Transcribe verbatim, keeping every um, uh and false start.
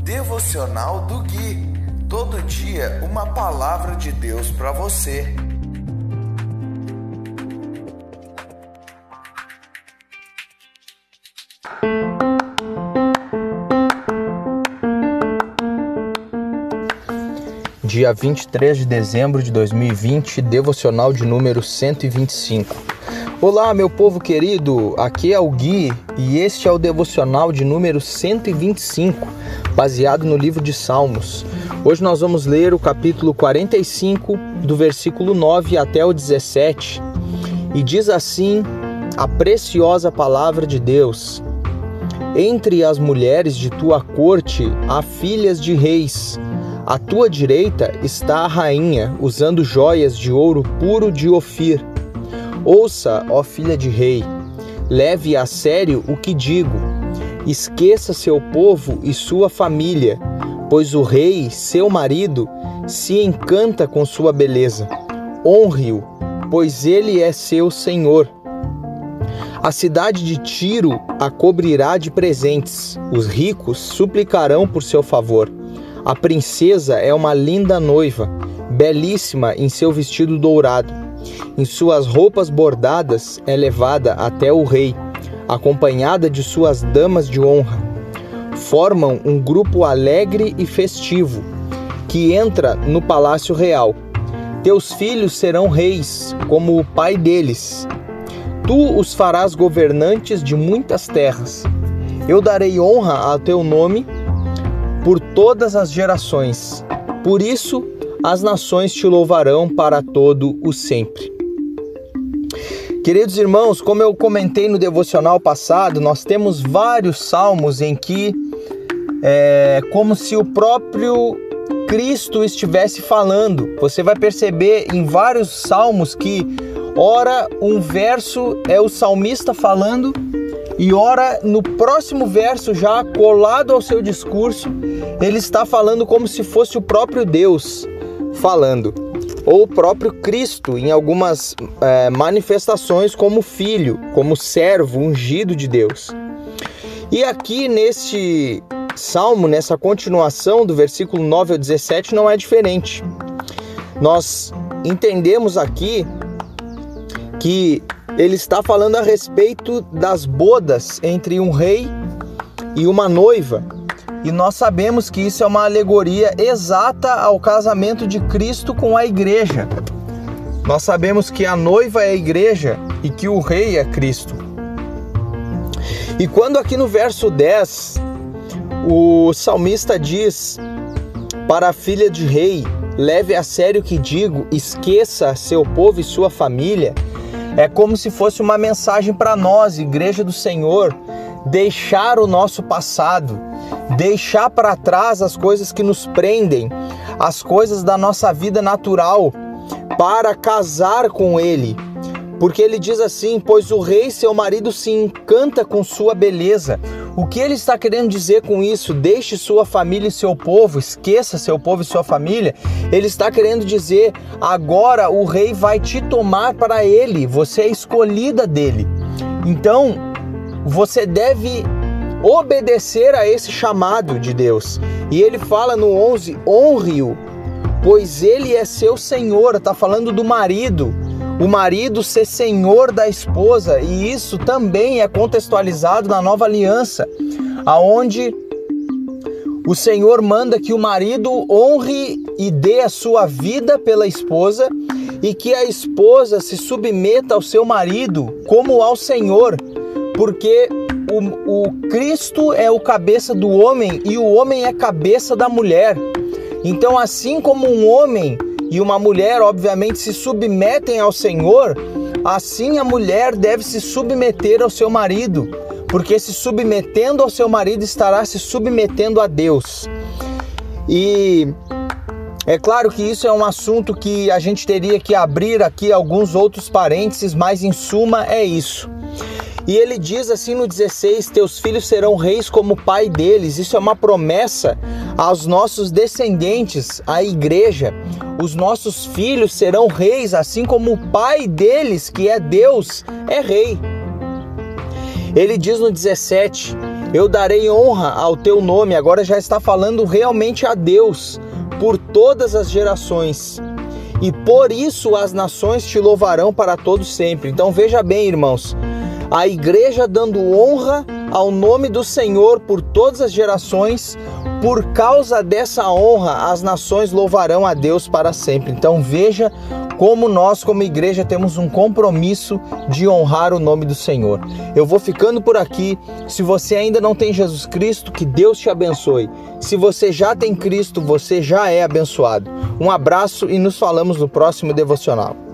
Devocional do Gui. Todo dia uma palavra de Deus para você. Dia vinte e três de dezembro de dois mil e vinte, devocional de número cento e vinte e cinco. Olá, meu povo querido, aqui é o Gui e este é o devocional de número cento e vinte e cinco, baseado no livro de Salmos. Hoje nós vamos ler o capítulo quarenta e cinco, do versículo nove até o dezessete, e diz assim a preciosa palavra de Deus: Entre as mulheres de tua corte há filhas de reis. À tua direita está a rainha, usando joias de ouro puro de Ofir. Ouça, ó filha de rei, leve a sério o que digo. Esqueça seu povo e sua família, pois o rei, seu marido, se encanta com sua beleza. Honre-o, pois ele é seu senhor. A cidade de Tiro a cobrirá de presentes. Os ricos suplicarão por seu favor. A princesa é uma linda noiva, belíssima em seu vestido dourado. Em suas roupas bordadas é levada até o rei, acompanhada de suas damas de honra. Formam um grupo alegre e festivo, que entra no palácio real. Teus filhos serão reis, como o pai deles. Tu os farás governantes de muitas terras. Eu darei honra ao teu nome por todas as gerações. Por isso, as nações te louvarão para todo o sempre. Queridos irmãos, como eu comentei no devocional passado, nós temos vários salmos em que é como se o próprio Cristo estivesse falando. Você vai perceber em vários salmos que ora um verso é o salmista falando e ora no próximo verso, já colado ao seu discurso, ele está falando como se fosse o próprio Deus falando, ou o próprio Cristo em algumas é, manifestações como filho, como servo ungido de Deus. E aqui neste salmo, nessa continuação do versículo nove ao dezessete, não é diferente. Nós entendemos aqui que ele está falando a respeito das bodas entre um rei e uma noiva. E nós sabemos que isso é uma alegoria exata ao casamento de Cristo com a igreja. Nós sabemos que a noiva é a igreja e que o rei é Cristo. E quando aqui no verso dez, o salmista diz para a filha de rei, leve a sério o que digo, esqueça seu povo e sua família, é como se fosse uma mensagem para nós, igreja do Senhor, deixar o nosso passado, deixar para trás as coisas que nos prendem, as coisas da nossa vida natural, para casar com Ele. Porque ele diz assim, pois o rei, seu marido, se encanta com sua beleza. O que ele está querendo dizer com isso? Deixe sua família e seu povo, esqueça seu povo e sua família. Ele está querendo dizer, agora o rei vai te tomar para ele, você é escolhida dele. Então, você deve obedecer a esse chamado de Deus. E ele fala no onze, honre-o, pois ele é seu senhor. Está falando do marido. O marido ser senhor da esposa, e isso também é contextualizado na nova aliança, aonde o Senhor manda que o marido honre e dê a sua vida pela esposa e que a esposa se submeta ao seu marido como ao Senhor, porque o, o Cristo é o cabeça do homem e o homem é cabeça da mulher. Então, assim como um homem e uma mulher, obviamente, se submetem ao Senhor, assim a mulher deve se submeter ao seu marido, porque se submetendo ao seu marido estará se submetendo a Deus. E é claro que isso é um assunto que a gente teria que abrir aqui alguns outros parênteses, mas em suma é isso. E ele diz assim no dezesseis, teus filhos serão reis como o pai deles. Isso é uma promessa aos nossos descendentes, à igreja. Os nossos filhos serão reis, assim como o pai deles, que é Deus, é rei. Ele diz no dezessete, Eu darei honra ao teu nome. Agora já está falando realmente a Deus por todas as gerações. E por isso as nações te louvarão para todos sempre. Então veja bem, irmãos, a igreja dando honra ao nome do Senhor por todas as gerações. Por causa dessa honra, as nações louvarão a Deus para sempre. Então veja como nós, como igreja, temos um compromisso de honrar o nome do Senhor. Eu vou ficando por aqui. Se você ainda não tem Jesus Cristo, que Deus te abençoe. Se você já tem Cristo, você já é abençoado. Um abraço e nos falamos no próximo devocional.